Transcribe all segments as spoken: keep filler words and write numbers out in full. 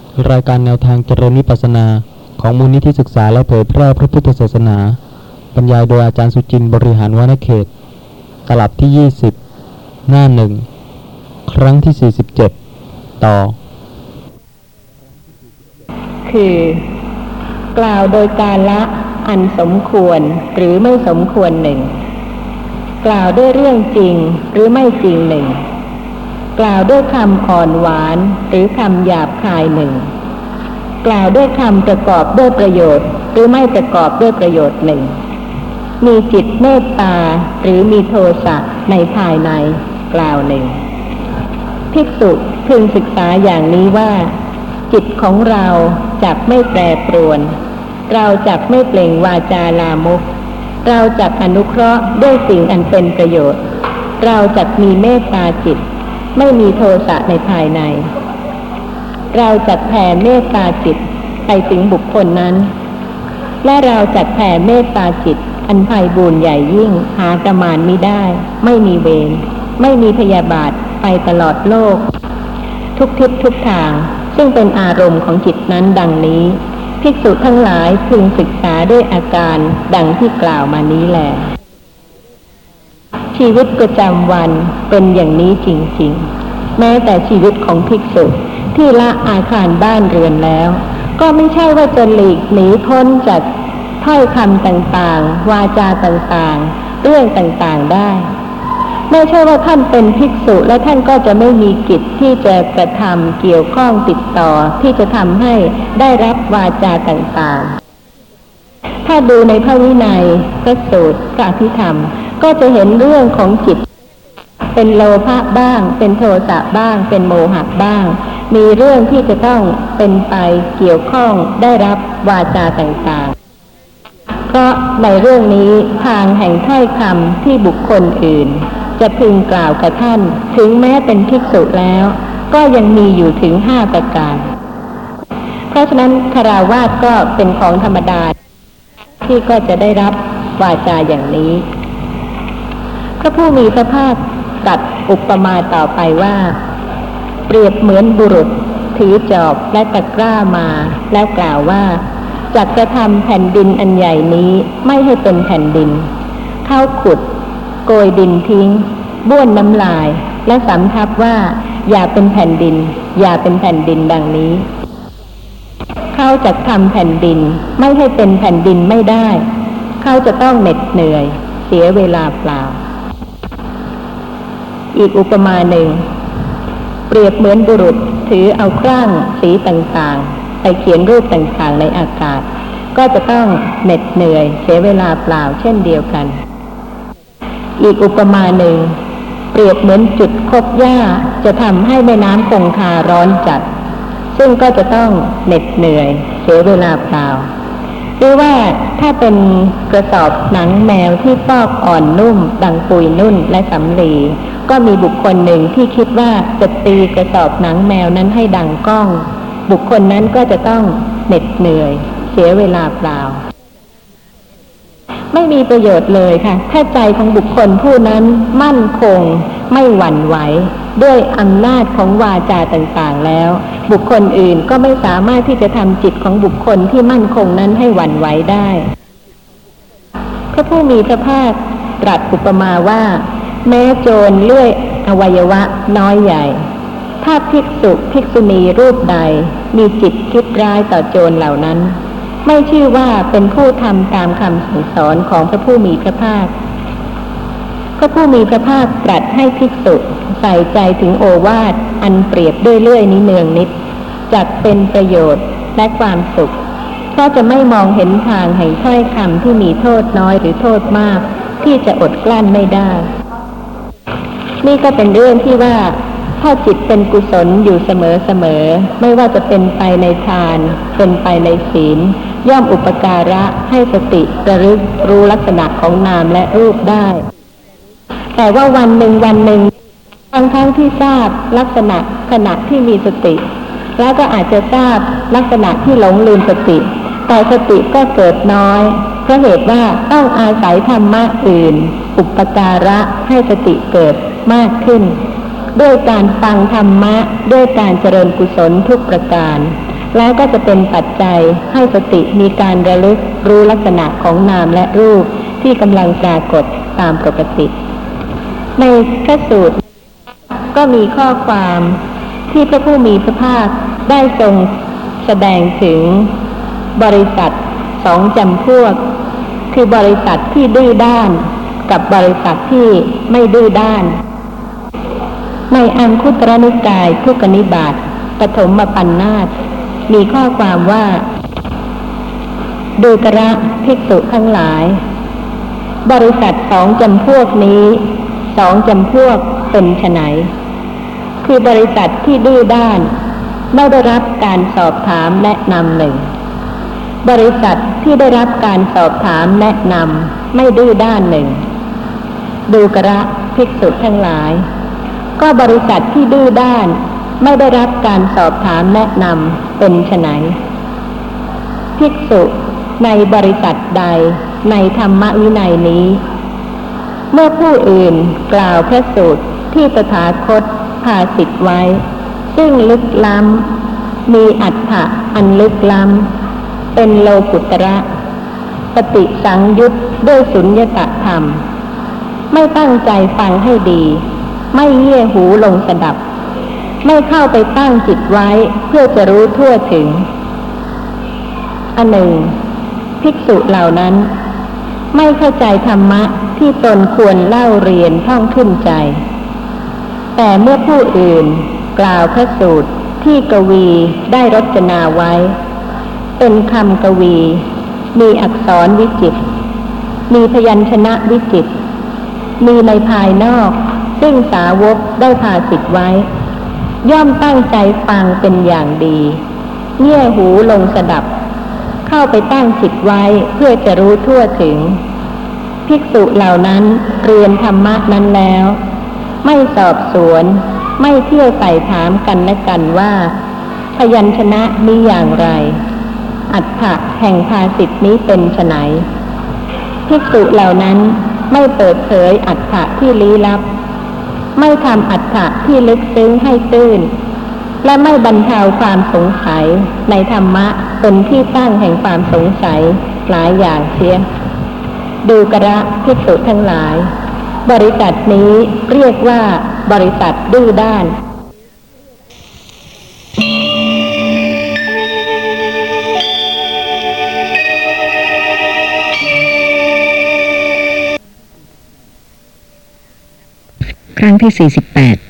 รายการแนวทางเจริญวิปัสสนาของมูลนิธิศึกษาและเผยแพร่พระพุทธศาสนาบรรยายโดยอาจารย์สุจินต์บริหารวรรณเขตตลับที่ยี่สิบหน้าหนึ่งครั้งที่สี่สิบเจ็ดต่อคือกล่าวโดยกาละอันสมควรหรือไม่สมควรหนึ่งกล่าวด้วยเรื่องจริงหรือไม่จริงหนึ่งกล่าวด้วยคำอ่อนหวานหรือคำหยาบคายหนึ่งกล่าวด้วยคำประกอบด้วยประโยชน์หรือไม่ประกอบด้วยประโยชน์หนึ่งมีจิตเมตตาหรือมีโทสะในภายในกล่าวหนึ่งภิกษุพึงศึกษาอย่างนี้ว่าจิตของเราจักไม่แปรปรวนเราจักไม่เปล่งวาจาลามกเราจักอนุเคราะห์ด้วยสิ่งอันเป็นประโยชน์เราจักมีเมตตาจิตไม่มีโทสะในภายในเราจักแผ่เมตตาจิตไปถึงบุคคลนั้นและเราจักแผ่เมตตาจิตอันไพบูลย์ใหญ่ยิ่งหาประมาณมิได้ไม่มีเวรไม่มีพยาบาทไปตลอดโลกทุกทิศทุกทางซึ่งเป็นอารมณ์ของจิตนั้นดังนี้ภิกษุทั้งหลายพึงศึกษาด้วยอาการดังที่กล่าวมานี้แลชีวิตประจำวันเป็นอย่างนี้จริงๆแม้แต่ชีวิตของภิกษุที่ละอาคารบ้านเรือนแล้วก็ไม่ใช่ว่าจะหลีกหนีพ้นจากถ้อยคำต่างๆวาจาต่างๆเรื่องต่างๆได้ไม่ใช่ว่าท่านเป็นภิกษุและท่านก็จะไม่มีกิจที่จะกระทำเกี่ยวข้องติดต่อที่จะทำให้ได้รับวาจาต่างๆถ้าดูในพระวินัยพระสูตรพระอภิธรรมก็จะเห็นเรื่องของจิตเป็นโลภะบ้างเป็นโทสะบ้างเป็นโมหะบ้างมีเรื่องที่จะต้องเป็นไปเกี่ยวข้องได้รับวาจาต่างๆเพราะในเรื่องนี้ทางแห่งถ้อยคำที่บุคคลอื่นจะพึงกล่าวกับท่านถึงแม้เป็นภิกษุแล้วก็ยังมีอยู่ถึงห้าประการเพราะฉะนั้นคฤหัสถ์ก็เป็นของธรรมดาที่ก็จะได้รับวาจาอย่างนี้พระผู้มีพระภาคตรัสอุปมาต่อไปว่าเปรียบเหมือนบุรุษถือจอบและตะกร้ามาแล้วกล่าวว่าจักกระทำแผ่นดินอันใหญ่นี้ไม่ให้เป็นแผ่นดินเข้าขุดโกยดินทิ้งบ้วนน้ำลายและสำทับว่าอย่าเป็นแผ่นดินอย่าเป็นแผ่นดินดังนี้เขาจักทำแผ่นดินไม่ให้เป็นแผ่นดินไม่ได้เขาจะต้องเหน็ดเหนื่อยเสียเวลาเปล่าอีกอุปมาหนึ่งเปรียบเหมือนบุรุษถือเอาเครื่องสีต่างๆไปเขียนรูปต่างๆในอากาศก็จะต้องเหน็ดเหนื่อยเสียเวลาเปล่าเช่นเดียวกันอีกอุปมาหนึ่งเปรียบเหมือนจุดคบหญ้าจะทำให้แม่น้ำคงคาร้อนจัดซึ่งก็จะต้องเหน็ดเหนื่อยเสียเวลาเปล่าหรือว่าถ้าเป็นกระสอบหนังแมวที่ฟอกอ่อนนุ่มดังปุยนุ่นและสำลีก็มีบุคคลหนึ่งที่คิดว่าจะตีกระสอบหนังแมวนั้นให้ดังก้องบุคคลนั้นก็จะต้องเหน็ดเหนื่อยเสียเวลาเปล่าไม่มีประโยชน์เลยค่ะถ้าใจของบุคคลผู้นั้นมั่นคงไม่หวั่นไหวด้วยอำนาจของวาจาต่างๆแล้วบุคคลอื่นก็ไม่สามารถที่จะทำจิตของบุคคลที่มั่นคงนั้นให้หวั่นไหวได้พระผู้มีพระภาคตรัสอุปมาว่าแม้โจรเลื่อยอวัยวะน้อยใหญ่ถ้าภิกษุภิกษุณีรูปใดมีจิตคิดร้ายต่อโจรเหล่านั้นไม่ชื่อว่าเป็นผู้ทำตามคำสั่งสอนของพระผู้มีพระภาคพระผู้มีพระภาคตรัสให้ภิกษุใส่ใจถึงโอวาทอันเปรียบด้วยเลื่อยนี้เนืองนิดจักเป็นประโยชน์และความสุขเพราะจะไม่มองเห็นทางแห่งถ้อยคำที่มีโทษน้อยหรือโทษมากที่จะอดกลั้นไม่ได้นี่ก็เป็นเรื่องที่ว่าถ้าจิตเป็นกุศลอยู่เสมอๆไม่ว่าจะเป็นไปในทานเป็นไปในศีลย่อมอุปการะให้สติระลึกรู้ลักษณะของนามและรูปได้แต่ว่าวันหนึ่งวันหนึ่งทั้งทั้งที่ทราบลักษณะขณะที่มีสติแล้วก็อาจจะทราบลักษณะที่หลงลืมสติแต่สติก็เกิดน้อยเพราะเหตุว่าต้องอาศัยธรรมะอื่นอุปการะให้สติเกิดมากขึ้นด้วยการฟังธรรมะด้วยการเจริญกุศลทุกประการแล้วก็จะเป็นปัจจัยให้สติมีการระลึกรู้ลักษณะของนามและรูปที่กำลังปรากฏตามปกติในพระสูตรก็มีข้อความที่พระผู้มีพระภาคได้ทรงแสดงถึงบริษัทสองจำพวกคือบริษัทที่ดื้อด้านกับบริษัทที่ไม่ดื้อด้านในอังคุตรนิกายทุกนิบาตปฐมปัญนาสมีข้อความว่าดูกระภิกษุทั้งหลายบริษัทสองจำพวกนี้สองจำพวกเป็นไฉนคือบริษัทที่ดื้อด้านไม่ได้รับการสอบถามแนะนำหนึ่งบริษัทที่ได้รับการสอบถามแนะนำไม่ดื้อด้านหนึ่งดูกระภิกษุทั้งหลายก็บริษัทที่ดื้อด้านไม่ได้รับการสอบถามแนะนำเป็นไฉนภิกษุในบริษัทใดในธรรมวินัยนี้เมื่อผู้อื่นกล่าวพระสูตรที่ตถาคตภาสิทธิ์ไว้ซึ่งลึกล้ำมีอรรถะอันลึกล้ำเป็นโลกุตระปฏิสังยุตด้วยสุญญตธรรมไม่ตั้งใจฟังให้ดีไม่เยี่ยหูลงสดับไม่เข้าไปตั้งจิตไว้เพื่อจะรู้ทั่วถึงอันหนึ่งภิกษุเหล่านั้นไม่เข้าใจธรรมะที่ตนควรเล่าเรียนท่องขึ้นใจแต่เมื่อผู้อื่นกล่าวพระสูตรที่กวีได้รจนาไว้เป็นคำกวีมีอักษรวิจิตรมีพยัญชนะวิจิตรมีในภายนอกซึ่งสาวกได้ภาสิทธิ์ไว้ย่อมตั้งใจฟังเป็นอย่างดีเงี่ยหูลงสดับเข้าไปตั้งจิตไว้เพื่อจะรู้ทั่วถึงภิกษุเหล่านั้นเรียนธรรมะนั้นแล้วไม่สอบสวนไม่เที่ยวไต่ถามกันและกันว่าพยัญชนะนี้อย่างไรอรรถะแห่งภาสิทธินี้เป็นไฉนภิกษุเหล่านั้นไม่เปิดเผยอรรถะที่ลี้ลับไม่ทำอรรถะที่ลึกซึ้งให้ตื้นและไม่บรรเทาความสงสัยในธรรมะเป็นที่ตั้งแห่งความสงสัยหลายอย่างเสียดูกระภิกษุทั้งหลายบริษัทนี้เรียกว่าบริษัทดื้อด้านครั้งที่สี่สิบแปด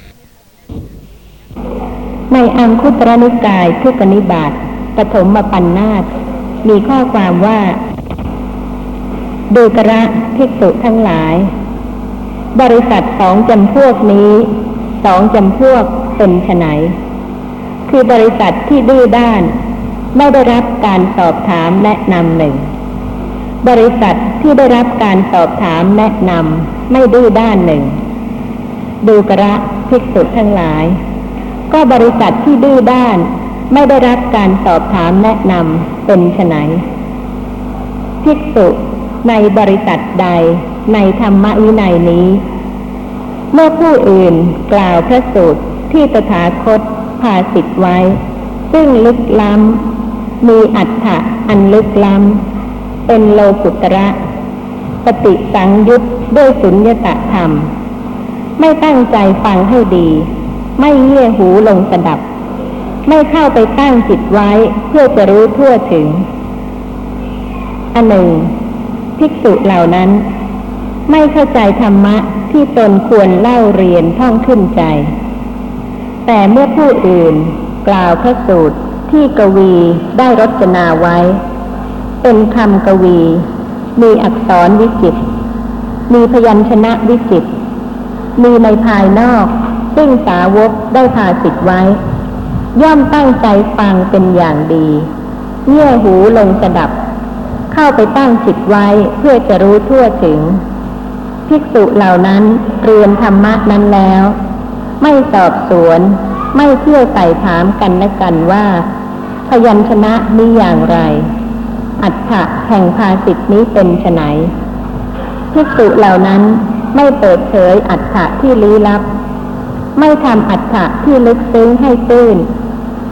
ในอังคุตรนิกายทุกนิบาตปฐมปัญนาสมีข้อความว่าดูกระภิกษุทั้งหลายบริษัทสองจำพวกนี้สองจำพวกเป็นไฉนคือบริษัทที่ดื้อด้านไม่ได้รับการสอบถามแนะนำหนึ่งบริษัทที่ได้รับการสอบถามแนะนำไม่ดื้อด้านหนึ่งดูกระภิกษุทั้งหลายก็บริษัทที่ดื้อด้านไม่ได้รับการสอบถามแนะนำเป็นไฉนภิกษุในบริษัทใดในธรรมวินัยนี้เมื่อผู้อื่นกล่าวพระสูตรที่ตถาคตภาสิทธิ์ไว้ซึ่งลึกล้ำมีอรรถะอันลึกล้ำเป็นโลกุตระปฏิสังยุตด้วยสุญญตธรรมไม่ตั้งใจฟังให้ดีไม่เยี่ยหูลงสดับไม่เข้าไปตั้งจิตไว้เพื่อจะรู้ทั่วถึงอันหนึ่งภิกษุเหล่านั้นไม่เข้าใจธรรมะที่ตนควรเล่าเรียนท่องขึ้นใจแต่เมื่อผู้อื่นกล่าวพระสูตรที่กวีได้รจนาไว้เป็นคำกวีมีอักษรวิจิตรมีพยัญชนะวิจิตรมีในภายนอกซึ่งสาวกได้ภาสิทธิ์ไว้ย่อมตั้งใจฟังเป็นอย่างดีเงี่ยหูลงสดับเข้าไปตั้งจิตไว้เพื่อจะรู้ทั่วถึงภิกษุเหล่านั้นเรียนธรรมะนั้นแล้วไม่สอบสวนไม่เที่ยวไต่ถามกันและกันว่าพยัญชนะนี้อย่างไรอรรถะแห่งภาสิทธินี้เป็นไฉนภิกษุเหล่านั้นไม่เปิดเผยอรรถะที่ลี้ลับไม่ทำอรรถะที่ลึกซึ้งให้ตื้น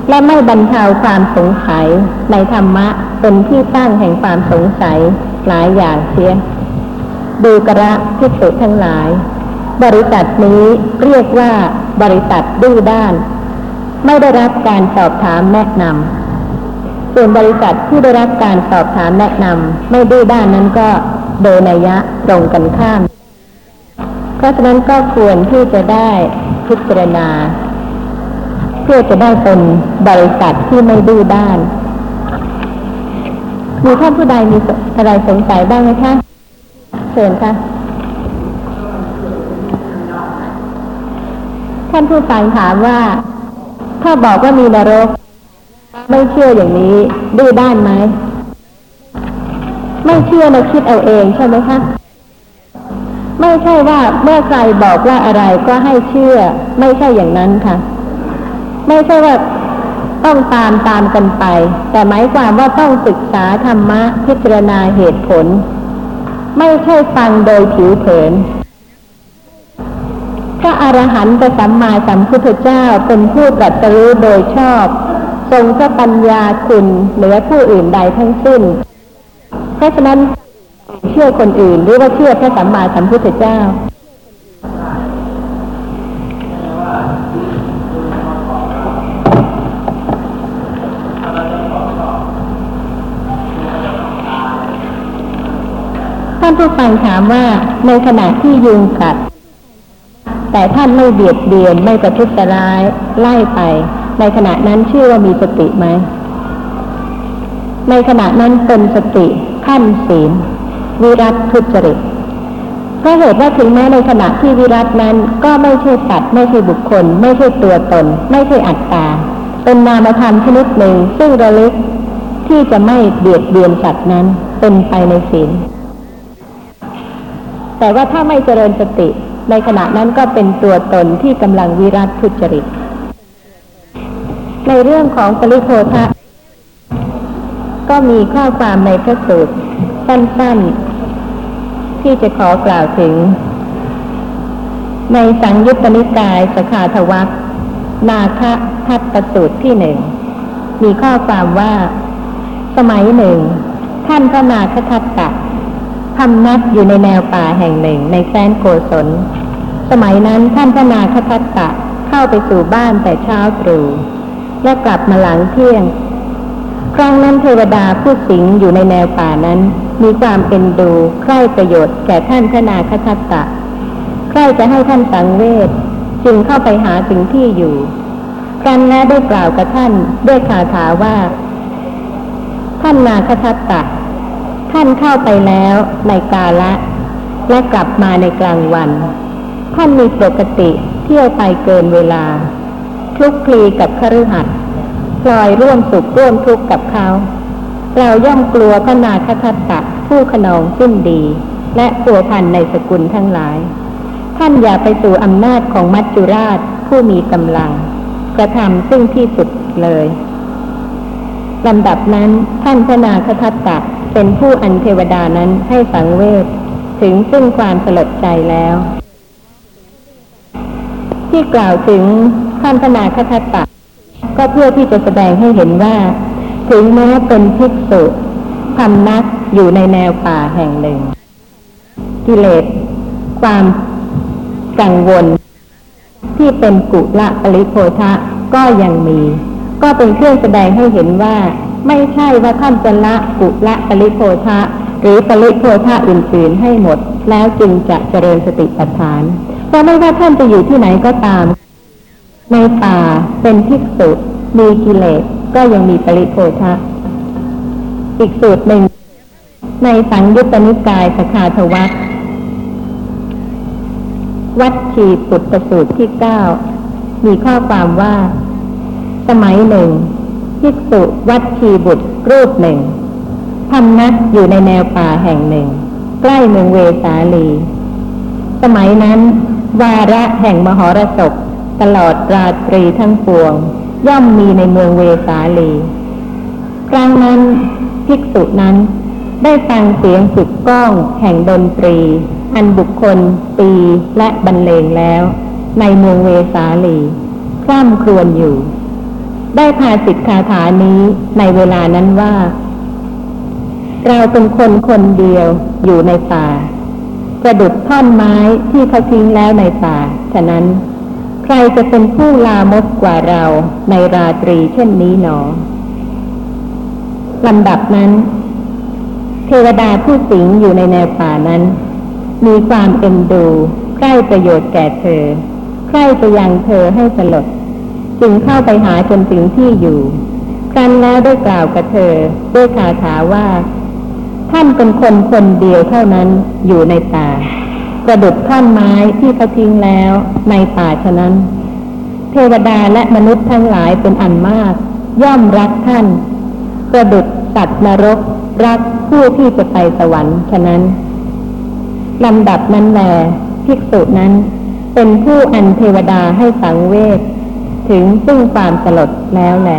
และไม่บรรเทาความสงสัยในธรรมะเป็นที่ตั้งแห่งความสงสัยหลายอย่างเสียดูกระภิกษุทั้งหลายบริษัทนี้เรียกว่าบริษัทดื้อด้านไม่ได้รับการสอบถามแนะนำส่วนบริษัทที่ได้รับการสอบถามแนะนำไม่ดื้อด้านนั้นก็โดยนัยยะตรงกันข้ามเพราะฉะนั้นก็ควรที่จะได้พิจารณาเพื่อจะได้เป็นบริษัทที่ไม่ดื้อด้านมีท่านผู้ใดมีอะไรสงสัยบ้างไหมคะเชิญค่ะท่านผู้ฟังถามว่าถ้าบอกว่ามีนรกไม่เชื่ออย่างนี้ดื้อด้านไหมไม่เชื่อนะคิดเอาเองใช่ไหมคะไม่ใช่ว่าเมื่อใครบอกว่าอะไรก็ให้เชื่อไม่ใช่อย่างนั้นค่ะไม่ใช่ว่าต้องตามตามกันไปแต่หมายความว่าต้องศึกษาธรรมะพิจารณาเหตุผลไม่ใช่ฟังโดยผิวเผินพระอรหันตสัมมาสัมพุทธเจ้าเป็นผู้ตรัสรู้โดยชอบทรงพระปัญญาคุณเหนือผู้อื่นใดทั้งสิ้นเพราะฉะนั้นเชื่อคนอื่นหรือว่าเชื่อพระสัมมาสัมพุทธเจ้าท่านผู้ฟังถามว่าในขณะที่ยุงกัดแต่ท่านไม่เบียดเบียนไม่ประทุษร้ายไล่ไปในขณะนั้นชื่อว่ามีสติไหมในขณะนั้นเป็นสติขั้นศีลวิรัติทุจริตเพราะเหตุว่าถึงแม้ในขณะที่วิรัตินั้นก็ไม่ใช่สัตว์ไม่ใช่บุคคลไม่ใช่ตัวตนไม่ใช่อัตตาเป็นนามธรรมชนิดหนึ่งซึ่งระลึกที่จะไม่เบียดเบียนสัตว์นั้นเป็นไปในศีลแต่ว่าถ้าไม่เจริญสติในขณะนั้นก็เป็นตัวตนที่กำลังวิรัติทุจริตในเรื่องของปริโภทะก็มีข้อความในพระสูตรสั้นๆที่จะขอกล่าวถึงในสังยุตตนิกายสขาทวรรคนาคทัตตสูตรที่หนึ่งมีข้อความว่าสมัยหนึ่งท่านพระนาคทัตตะพำนักอยู่ในแนวป่าแห่งหนึ่งในแคว้นโกศลสมัยนั้นท่านพระนาคทัตตะเข้าไปสู่บ้านแต่เช้าตรู่และกลับมาหลังเที่ยงครั้งนั้นเทวดาผู้สิงอยู่ในแนวป่านั้นมีความเอ็นดูใคร่ประโยชน์แก่ท่านพระนาคทัตตะใคร่จะให้ท่านสังเวชจึงเข้าไปหาถึงที่อยู่ครั้นแล้วได้กล่าวกับท่านด้วยคาถาว่าท่านนาคทัตตะท่านเข้าไปแล้วในกาละและกลับมาในกลางวันท่านมีปกติเที่ยวไปเกินเวลาคลุกคลีกับคฤหัสถ์พลอยร่วมสุขร่วมทุกข์กับเขาเราย่อมกลัวพระนาคทัตตะผู้ขนองสิ้นดีและพัวพันในสกุลทั้งหลายท่านอย่าไปสู่อำนาจของมัจจุราชผู้มีกำลังกระทำซึ่งที่สุดเลยลำดับนั้นท่านพระนาคทัตตะเป็นผู้อัญเทวดานั้นให้สังเวชถึงซึ่งความสลดใจแล้วที่กล่าวถึงท่านพระนาคทัตตะก็เพื่อที่จะแสดงให้เห็นว่าถึงแม้เป็นภิกษุพำนักอยู่ในแนวป่าแห่งหนึ่งกิเลสความกังวลที่เป็นกุละปริโภทะก็ยังมีก็เป็นเครื่องแสดงให้เห็นว่าไม่ใช่ว่าท่านจะละกุละปริโภทะหรือปริโภทะอื่นๆให้หมดแล้วจึงจะเจริญสติปัฏฐานเพราะไม่ว่าท่านจะอยู่ที่ไหนก็ตามในป่าเป็นภิกษุมีกิเลสก็ยังมีปริโภทะอีกสูตรหนึ่งในสังยุตตนิกายสขาทวรรควัชชีปุตตสูตรที่เก้ามีข้อความว่าสมัยหนึ่งภิกษุวัชชีบุตรรูปหนึ่งพำนักอยู่ในแนวป่าแห่งหนึ่งใกล้เมืองเวสาลีสมัยนั้นวาระแห่งมหรสพตลอดราตรีทั้งปวงย่อมมีในเมืองเวสาลีครั้งนั้นภิกษุนั้นได้ฟังเสียงสุดก้องแห่งดนตรีอันบุคคลตีและบรรเลงแล้วในเมืองเวสาลีคร่ำครวญอยู่ได้พาสิทธาถานี้ในเวลานั้นว่าเราเป็นคนคนเดียวอยู่ในป่าประดุจท่อนไม้ที่เขาทิ้งแล้วในป่าฉะนั้นใครจะเป็นผู้ลามกกว่าเราในราตรีเช่นนี้หนอลำดับนั้นเทวดาผู้สิงอยู่ในแนวป่านั้นมีความเอ็นดูใกล้ประโยชน์แก่เธอใกล้ไปยังเธอให้สลดจึงเข้าไปหาจนถึงที่อยู่ครั้นแล้วได้กล่าวกับเธอด้วยคาถาว่าท่านเป็นคนคนเดียวเท่านั้นอยู่ในป่าประดุจท่อนไม้ที่เขาทิ้งแล้วในป่าฉะนั้นเทวดาและมนุษย์ทั้งหลายเป็นอันมากย่อมรักท่านประดุจสัตว์นรกรักผู้ที่จะไปสวรรค์ฉะนั้นลำดับนั้นแลภิกษุนั้นเป็นผู้อันเทวดาให้สังเวชถึงซึ่งความสลดแล้วแล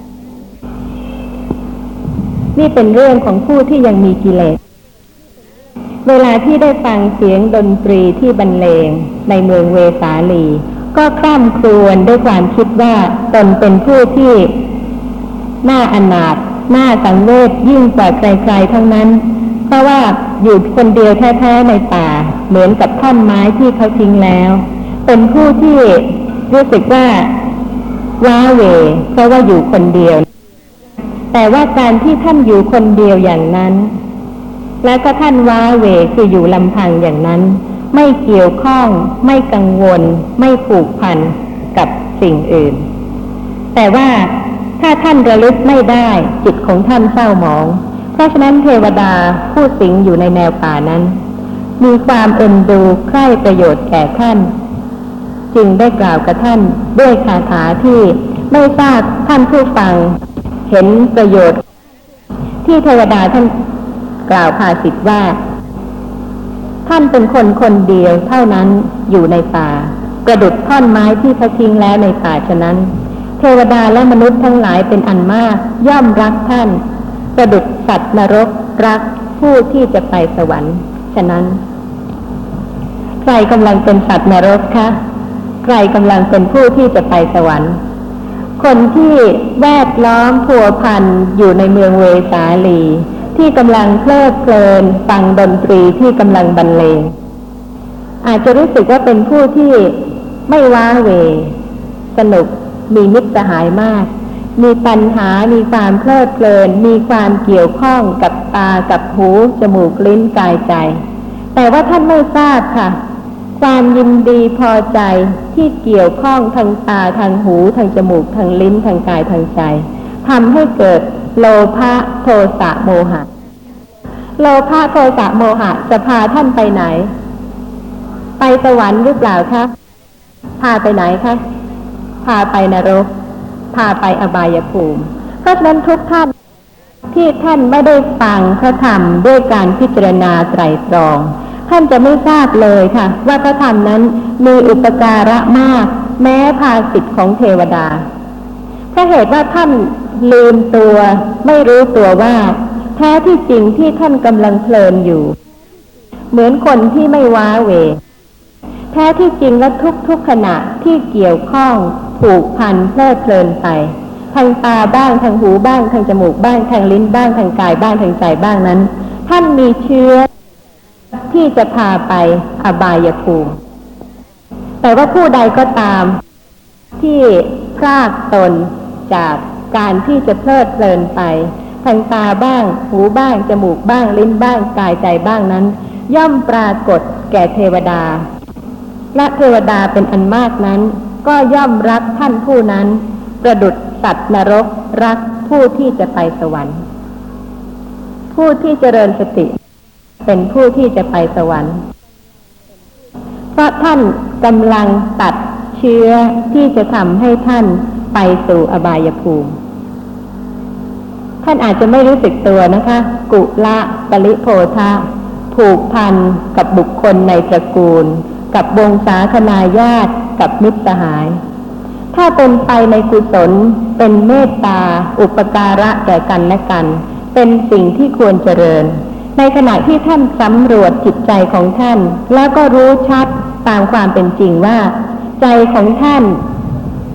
นี่เป็นเรื่องของผู้ที่ยังมีกิเลสเวลาที่ได้ฟังเสียงดนตรีที่บรรเลงในเมืองเวสาลีก็คร่ำครวญด้วยความคิดว่าตนเป็นผู้ที่น่าอนาถน่าสังเวชยิ่งกว่าใครๆทั้งนั้นเพราะว่าอยู่คนเดียวแท้ๆในป่าเหมือนกับท่อนไม้ที่เขาทิ้งแล้วเป็นผู้ที่รู้สึกว่าว้าเหวเพราะว่าอยู่คนเดียวแต่ว่าการที่ท่านอยู่คนเดียวอย่างนั้นและก็ท่านว้าเหวคืออยู่ลำพังอย่างนั้นไม่เกี่ยวข้องไม่กังวลไม่ผูกพันกับสิ่งอื่นแต่ว่าถ้าท่านระลึกไม่ได้จิตของท่านเศร้าหมองเพราะฉะนั้นเทวดาผู้สิงอยู่ในแนวป่านั้นมีความเอ็นดูใคร่ประโยชน์แก่ท่านจึงได้กล่าวกับท่านด้วยคาถาที่ไม่ทราบท่านผู้ฟังเห็นประโยชน์ที่เทวดาท่านกล่าวภาษิตว่าท่านเป็นคนคนเดียวเท่านั้นอยู่ในป่าประดุจท่อนไม้ที่เขาทิ้งแล้วในป่าฉะนั้นเทวดาและมนุษย์ทั้งหลายเป็นอันมากย่อมรักท่านประดุจสัตว์นรกรักผู้ที่จะไปสวรรค์ฉะนั้นใครกำลังเป็นสัตว์นรกคะใครกำลังเป็นผู้ที่จะไปสวรรค์คนที่แวดล้อมพัวพันอยู่ในเมืองเวสาลีที่กำลังเพลิดเพลินฟังดนตรีที่กำลังบรรเลงอาจจะรู้สึกว่าเป็นผู้ที่ไม่ว้าเหวสนุกมีมิตรสหายมากมีปัญหามีความเพลิดเพลินมีความเกี่ยวข้องกับตากับหูจมูกลิ้นกายใจแต่ว่าท่านไม่ทราบค่ะความยินดีพอใจที่เกี่ยวข้องทางตาทางหูทางจมูกทางลิ้นทางกายทางใจทำให้เกิดโลภะโทสะโมหะโลภะโทสะโมหะจะพาท่านไปไหนไปสวรรค์หรือเปล่าคะพาไปไหนคะพาไปนรกพาไปอบายภูมิเพราะฉะนั้นทุกท่านที่ท่านไม่ได้ฟังพระธรรมด้วยการพิจารณาไตร่ตรองท่านจะไม่ทราบเลยค่ะว่าพระธรรมนั้นมีอุปการะมากแม้ภาสิทธิ์ของเทวดาเพราะเหตุว่าท่านลืมตัวไม่รู้ตัวว่าแท้ที่จริงที่ท่านกำลังเพลินอยู่เหมือนคนที่ไม่ว้าเหวแท้ที่จริงและทุกๆขณะที่เกี่ยวข้องผูกพันเพลิดเพลินไปทางตาบ้างทางหูบ้างทางจมูกบ้างทางลิ้นบ้างทางกายบ้างทางใจบ้างนั้นท่านมีเชื้อที่จะพาไปอบายภูมิแต่ว่าผู้ใดก็ตามที่พลากตนจากการที่จะเพลิดเพลินไปทางตาบ้างหูบ้างจมูกบ้างลิ้นบ้างกายใจบ้างนั้นย่อมปรากฏแก่เทวดาและเทวดาเป็นอันมากนั้นก็ย่อมรักท่านผู้นั้นประดุจสัตว์นรกรักผู้ที่จะไปสวรรค์ผู้ที่เจริญสติเป็นผู้ที่จะไปสวรรค์เพราะท่านกำลังตัดเชื้อที่จะทำให้ท่านไปสู่อบายภูมิท่านอาจจะไม่รู้สึกตัวนะคะกุละปริโภทะผูกพันกับบุคคลในตระกูลกับวงศาคณาญาติกับมิตรสหายถ้าเป็นไปในกุศลเป็นเมตตาอุปการะแก่กันและกันเป็นสิ่งที่ควรเจริญในขณะที่ท่านสำรวจจิตใจของท่านแล้วก็รู้ชัดตามความเป็นจริงว่าใจของท่านเ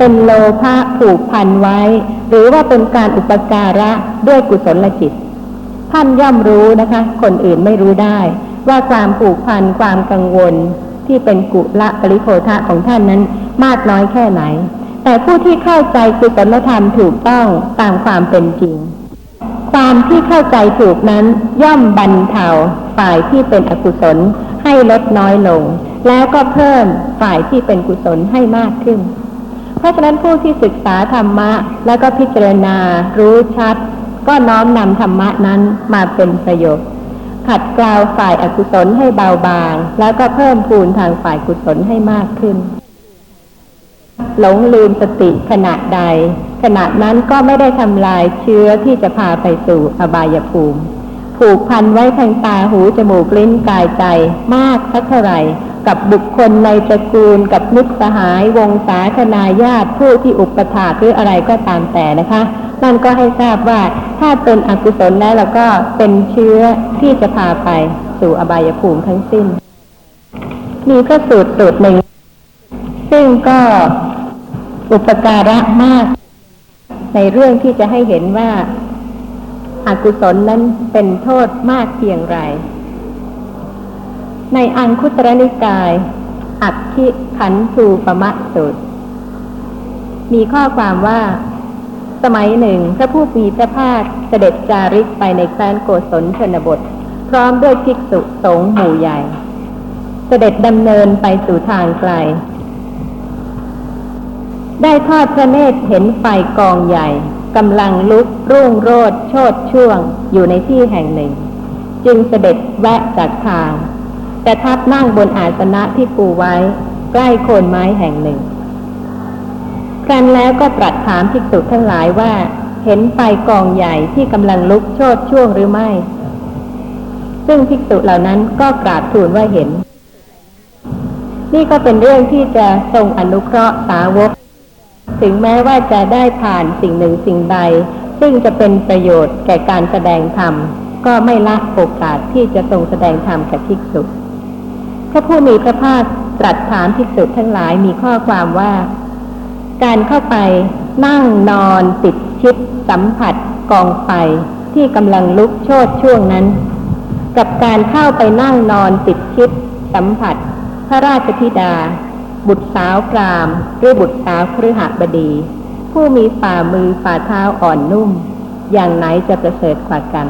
เป็นโลภะผูกพันไว้หรือว่าเป็นการอุปการะด้วยกุศลจิตท่านย่อมรู้นะคะคนอื่นไม่รู้ได้ว่าความผูกพันความกังวลที่เป็นกุละปริโภทะของท่านนั้นมากน้อยแค่ไหนแต่ผู้ที่เข้าใจกุศลธรรมถูกต้องตามความเป็นจริงความที่เข้าใจถูกนั้นย่อมบรรเทาฝ่ายที่เป็นอกุศลให้ลดน้อยลงแล้วก็เพิ่มฝ่ายที่เป็นกุศลให้มากขึ้นเพราะฉะนั้นผู้ที่ศึกษาธรรมะแล้วก็พิจารณารู้ชัดก็น้อมนำธรรมะนั้นมาเป็นประโยชน์ขัดเกลาฝ่ายอกุศลให้เบาบางแล้วก็เพิ่มพูนทางฝ่ายกุศลให้มากขึ้นหลงลืมสติขณะใดขณะนั้นก็ไม่ได้ทำลายเชื้อที่จะพาไปสู่อบายภูมิผูกพันไว้ทางตาหูจมูกลิ้นกายใจมากสักเท่าไหร่กับบุคคลในตระกูลกับมิตรสหายวงศาคณาญาติผู้ที่อุปถากหรืออะไรก็ตามแต่นะคะนั่นก็ให้ทราบว่าถ้าเป็นอกุศลแล้วเราก็เป็นเชื้อที่จะพาไปสู่อบายภูมิทั้งสิ้นมีพระสูตรสูตรหนึ่งซึ่งก็อุปการะมากในเรื่องที่จะให้เห็นว่าอกุศลนั้นเป็นโทษมากเพียงไรในอังคุตรนิกายอัคคิขันธูปมะสูตรมีข้อความว่าสมัยหนึ่งพระผู้มีพระภาคเสด็จจาริกไปในแคว้นโกศลชนบทพร้อมด้วยภิกษุสงฆ์หมู่ใหญ่เสด็จดำเนินไปสู่ทางไกลได้ทอดพระเนตรเห็นไฟกองใหญ่กำลังลุกรุ่งโรจน์โชติช่วงอยู่ในที่แห่งหนึ่งจึงเสด็จแวะจากทางแต่ทับนั่งบนอาสนะที่ปูไว้ใกล้โคนไม้แห่งหนึ่งครั้นแล้วก็ตรัสถามภิกษุทั้งหลายว่าเห็นไฟกองใหญ่ที่กำลังลุกโชติช่วงหรือไม่ซึ่งภิกษุเหล่านั้นก็กราบทูลว่าเห็นนี่ก็เป็นเรื่องที่จะทรงอนุเคราะห์สาวกถึงแม้ว่าจะได้ผ่านสิ่งหนึ่งสิ่งใดซึ่งจะเป็นประโยชน์แก่การแสดงธรรมก็ไม่ละโอกาสที่จะทรงแสดงธรรมแก่ภิกษุพระผู้มีพระภาคตรัสถามภิกษุทั้งหลายมีข้อความว่าการเข้าไปนั่งนอนติดชิดสัมผัสกองไฟที่กำลังลุกโชติช่วงนั้นกับการเข้าไปนั่งนอนติดชิดสัมผัสพระราชธิดาบุตรสาวพราหมณ์หรือบุตรสาวคฤหบดีผู้มีฝ่ามือฝ่าเท้าอ่อนนุ่มอย่างไหนจะประเสริฐกว่ากัน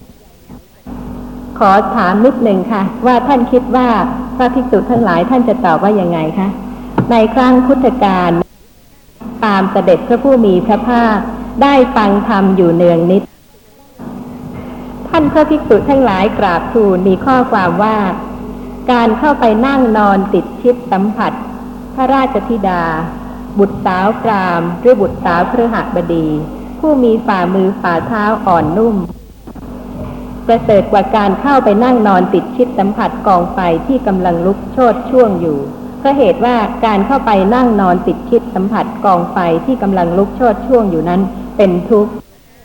ขอถามนิดหนึ่งค่ะว่าท่านคิดว่าพระภิกษุทั้งหลายท่านจะตอบว่ายังไงคะในครั้งพุทธกาลตามเสด็จพระผู้มีพระภาคได้ฟังธรรมอยู่เนืองนิดท่านพระภิกษุทั้งหลายกราบทูลมีข้อความว่าการเข้าไปนั่งนอนติดชิดสัมผัสพระราชธิดาบุตรสาวพราหมณ์หรือบุตรสาวคฤหบดีผู้มีฝ่ามือฝ่าเท้าอ่อนนุ่มประเสริฐกว่าการเข้าไปนั่งนอนติดชิดสัมผัสกองไฟที่กำลังลุกโชติช่วงอยู่เพราะเหตุว่าการเข้าไปนั่งนอนติดชิดสัมผัสกองไฟที่กำลังลุกโชติช่วงอยู่นั้นเป็นทุกข์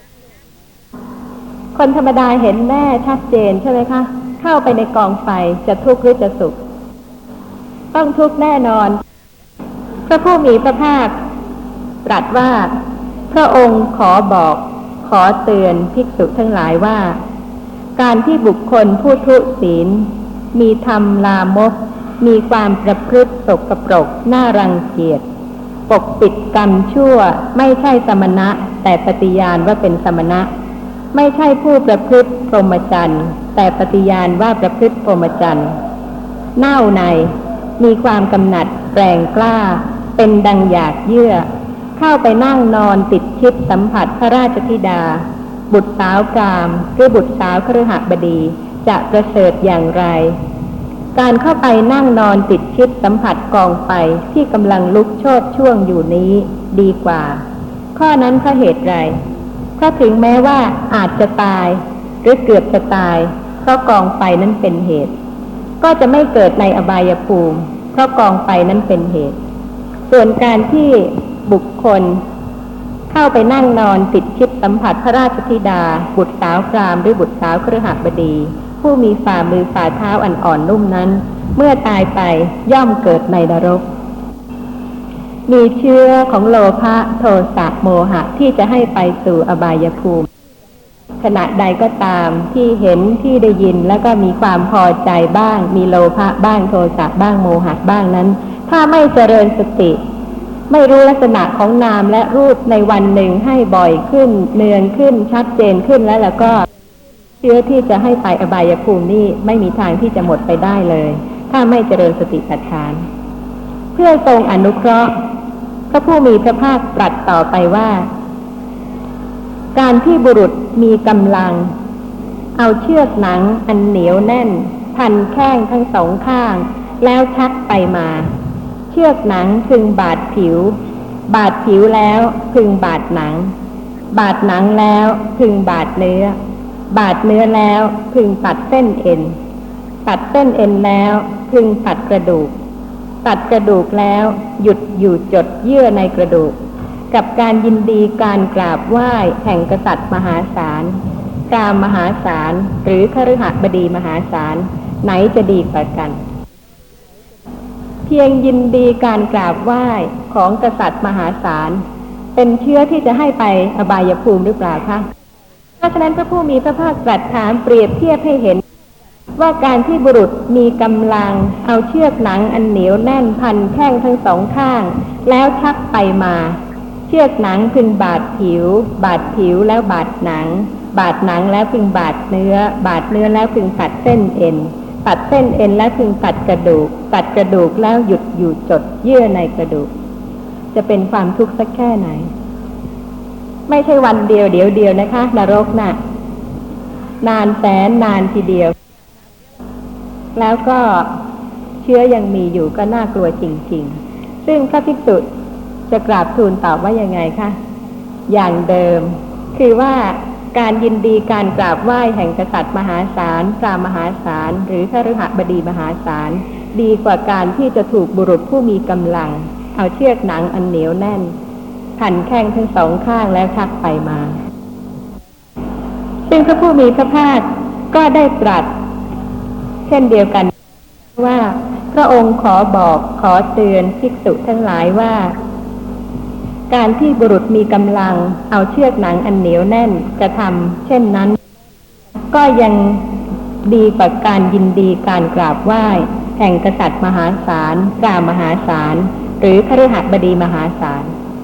คนธรรมดาเห็นแน่ชัดเจนใช่ไหมคะเข้าไปในกองไฟจะทุกข์หรือจะสุขต้องทุกข์แน่นอนพระผู้มีพระภาคตรัสว่าพระองค์ขอบอกขอเตือนภิกษุทั้งหลายว่าการที่บุคคลผู้ทุศีลมีธรรมลามกมีความประพฤติสกปรกน่ารังเกียจปกปิดกรรมชั่วไม่ใช่สมณะแต่ปฏิญาณว่าเป็นสมณะไม่ใช่ผู้ประพฤติพรหมจรรย์แต่ปฏิญาณว่าประพฤติพรหมจรรย์เน่าในมีความกำหนัดแรงกล้าเป็นดังหยากเยื่อเข้าไปนั่งนอนติดชิดสัมผัสพระราชธิดาบุตรสาวพราหมณ์หรือบุตรสาวคฤหบดีจะประเสริฐอย่างไรการเข้าไปนั่งนอนติดชิดสัมผัสกองไฟที่กำลังลุกโชติช่วงอยู่นี้ดีกว่าข้อนั้นเพราะเหตุไรเพราะถึงแม้ว่าอาจจะตายหรือเกือบจะตายเพราะกองไฟนั้นเป็นเหตุก็จะไม่เกิดในอบายภูมิเพราะกองไฟนั้นเป็นเหตุส่วนการที่บุคคลเข้าไปนั่งนอนติดชิดสัมผัสพระราชธิดาบุตรสาวพราหมณ์หรือบุตรสาวคฤหบดีผู้มีฝ่ามือฝ่าเท้าอ่อนๆนุ่มนั้นเมื่อตายไปย่อมเกิดในนรกมีเชื้อของโลภะโทสะโมหะที่จะให้ไปสู่อบายภูมิขณะใดก็ตามที่เห็นที่ได้ยินแล้วก็มีความพอใจบ้างมีโลภะบ้างโทสะบ้างโมหะบ้างนั้นถ้าไม่เจริญสติไม่รู้ลักษณะของนามและรูปในวันหนึ่งให้บ่อยขึ้นเนืองขึ้นชัดเจนขึ้นแล้วแล้วก็เชื้อที่จะให้ไปอบายภูมินี่ไม่มีทางที่จะหมดไปได้เลยถ้าไม่เจริญสติปัฏฐานเพื่อทรงอนุเคราะห์พระผู้มีพระภาคตรัสต่อไปว่าการที่บุรุษมีกำลังเอาเชือกหนังอันเหนียวแน่นพันแข้งทั้งสองข้างแล้วชักไปมาเชือกหนังพึงบาดผิวบาดผิวแล้วพึงบาดหนังบาดหนังแล้วพึงบาดเนื้อบาดเนื้อแล้วพึงตัดเส้นเอ็นตัดเส้นเอ็นแล้วพึงตัดกระดูกตัดกระดูกแล้วหยุดอยู่จดเยื่อในกระดูกกับการยินดีการกราบไหว้แห่งกษัตริย์มหาศาลกามมหาศาลหรือคฤหบดีมหาศาลไหนจะดีกว่ากันเพียงยินดีการกราบไหว้ของกษัตริย์มหาศาลเป็นเชื้อที่จะให้ไปอบายภูมิหรือเปล่าคะเพราะฉะนั้นพระผู้มีพระภาคตรัสถามเปรียบเทียบให้เห็นว่าการที่บุรุษมีกำลังเอาเชือกหนังอันเหนียวแน่นพันแข้งทั้งสองข้างแล้วชักไปมาเชือกหนังพึงบาดผิวบาดผิวแล้วบาดหนังบาดหนังแล้วพึงบาดเนื้อบาดเนื้อแล้วพึงตัดเส้นเอ็นตัดเส้นเอ็นแล้วพึงตัดกระดูกตัดกระดูกแล้วหยุดอยู่จดเยื่อในกระดูกจะเป็นความทุกข์สักแค่ไหนไม่ใช่วันเดียวเดียวเดียวนะคะนรกน่ะนานแสนนานทีเดียวแล้วก็เชื้อยังมีอยู่ก็น่ากลัวจริงๆซึ่งพระภิกษุจะกราบทูลตอบว่ายังไงคะอย่างเดิมคือว่าการยินดีการกราบไหว้แห่งกษัตริย์มหาศาลพราหมณ์มหาศาลหรือคฤหบดีมหาศาลดีกว่าการที่จะถูกบุรุษผู้มีกำลังเอาเชือกหนังอันเหนียวแน่นพันแข้งทั้งสองข้างแล้วชักไปมาซึ่งพระผู้มีพระภาคก็ได้ตรัสเช่นเดียวกันว่าพระองค์ขอบอกขอเตือนภิกษุทั้งหลายว่าการที่บุรุษมีกำลังเอาเชือกหนังอันเหนียวแน่นกระทำเช่นนั้นก็ยังดีกว่าการยินดีการกราบไหว้แห่งกษัตริย์มหาศาลพราหมณ์มหาศาลหรือคฤหบดีมหาศาล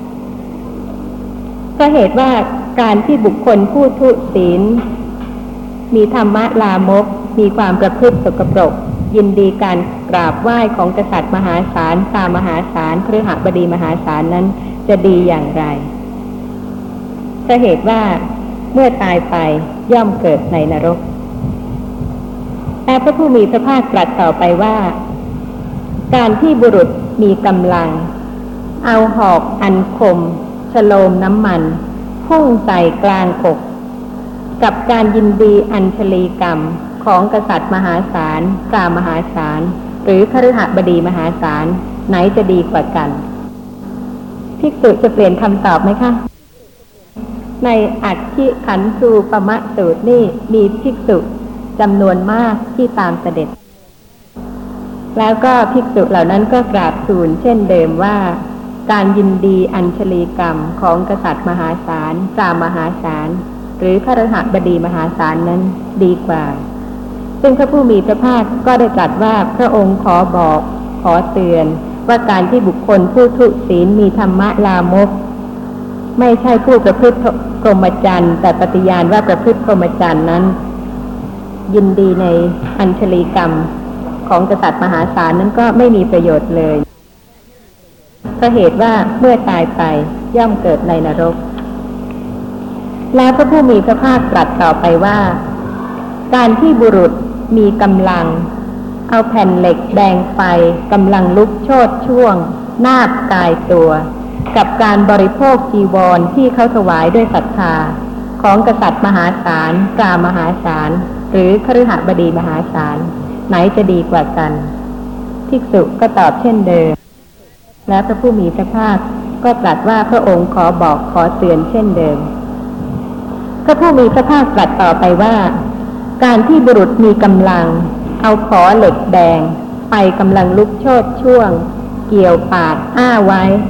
ก็เหตุว่าการที่บุคคลผู้ทุศีลมีธรรมะลามกมีความประพฤติสกปรกยินดีการกราบไหว้ของกษัตริย์มหาศาลพราหมณ์มหาศาลคฤหบดีมหาศาลนั้นจะดีอย่างไรก็เหตุว่าเมื่อตายไปย่อมเกิดในนรกแต่พระผู้มีพระภาคตรัสต่อไปว่าการที่บุรุษมีกำลังเอาหอกอันคมฉโลมน้ำมันพุ่งใส่กลางอกกับการยินดีอัญชลีกรรมของกษัตริย์มหาศาลพราหมณ์มหาศาลหรือคฤหบดีมหาศาลไหนจะดีกว่ากันภิกษุจะเปลี่ยนคำตอบไหมคะในอัคคิขันธูปมะสูตรนี่มีภิกษุจำนวนมากที่ตามเสด็จแล้วก็ภิกษุเหล่านั้นก็กราบทูลเช่นเดิมว่าการยินดีอัญชลีกรรมของกษัตริย์มหาศาลพราหมณ์มหาศาลหรือคฤหบดีมหาศาลนั้นดีกว่าซึ่งพระผู้มีพระภาคก็ได้ตรัสว่าพระองค์ขอบอกขอเตือนว่าการที่บุคคลผู้ทุศีลมีธรรมะลามกไม่ใช่ผู้ประพฤติพรหมจรรย์แต่ปฏิญาณว่าประพฤติพรหมจรรย์นั้นยินดีในอัญชลีกรรมของกษัตริย์มหาศาลนั้นก็ไม่มีประโยชน์เลยเพราะเหตุว่าเมื่อตายไปย่อมเกิดในนรกแล้วพระผู้มีพระภาคตรัสต่อไปว่าการที่บุรุษมีกำลังเอาแผ่นเหล็กแดงไฟกำลังลุกโชติช่วงนาบกายตัวกับการบริโภคจีวรที่เขาถวายด้วยศรัทธาของกษัตริย์มหาศาลพราหมณ์มหาศาลหรือคฤหบดีมหาศาลไหนจะดีกว่ากันภิกษุก็ตอบเช่นเดิมและพระผู้มีพระภาคก็ตรัสว่าพระองค์ขอบอกขอเตือนเช่นเดิมพระผู้มีพระภาคตรัสต่อไปว่าการที่บุรุษมีกำลังเอาขอเหล็กแดงไปกำลังลุกโชติช่วงเกี่ยวปากอ้าไว้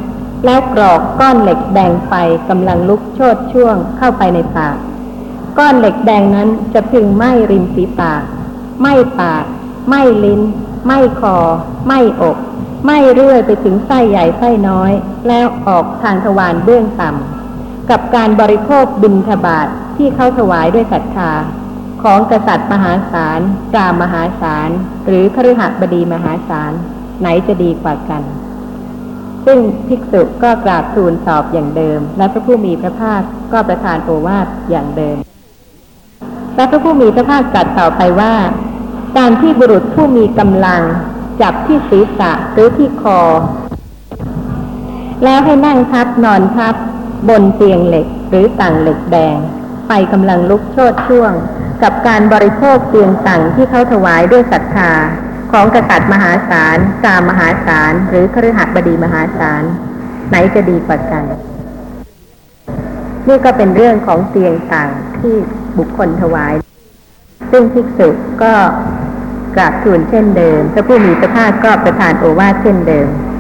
แล้วกรอกก้อนเหล็กแดงไฟกำลังลุกโชติช่วงเข้าไปในปากก้อนเหล็กแดงนั้นจะพึงไหม้ริมฝีปากไหม้ปากไหม้ลิ้นไหม้คอไหม้อกไหม้เรื่อยไปถึงไส้ใหญ่ไส้น้อยแล้วออกทางทวารเบื้องต่ำกับการบริโภคบิณฑบาตที่เขาถวายด้วยศรัทธาของกษัตริย์มหาศาลกามหาศาลหรือคฤหบดีมหาศาลไหนจะดีกว่ากันซึ่งภิกษุก็กราบทูลสอบอย่างเดิมและพระผู้มีพระภาคก็ประทานโอวาทอย่างเดิมและพระผู้มีพระภาคตรัสต่อไปว่าการที่บุรุษผู้มีกำลังจับที่ศีรษะหรือที่คอแล้วให้นั่งทับนอนทับบนเตียงเหล็กหรือต่างเหล็กแดงไฟกำลังลุกโชติช่วงกับการบริโภคเตียงต่างที่เขาถวายด้วยศรัทธาของกษัตริย์มหาศาลกามหาศาลหรือคฤหบดีมหาศาลไหนจะดีกว่ากันนี่ก็เป็นเรื่องของเตียงต่างที่บุคคลถวายซึ่งภิกษุก็กราบทูลเช่นเดิมพระผู้มีพระภาคก็ประทานโอวาทเช่นเดิม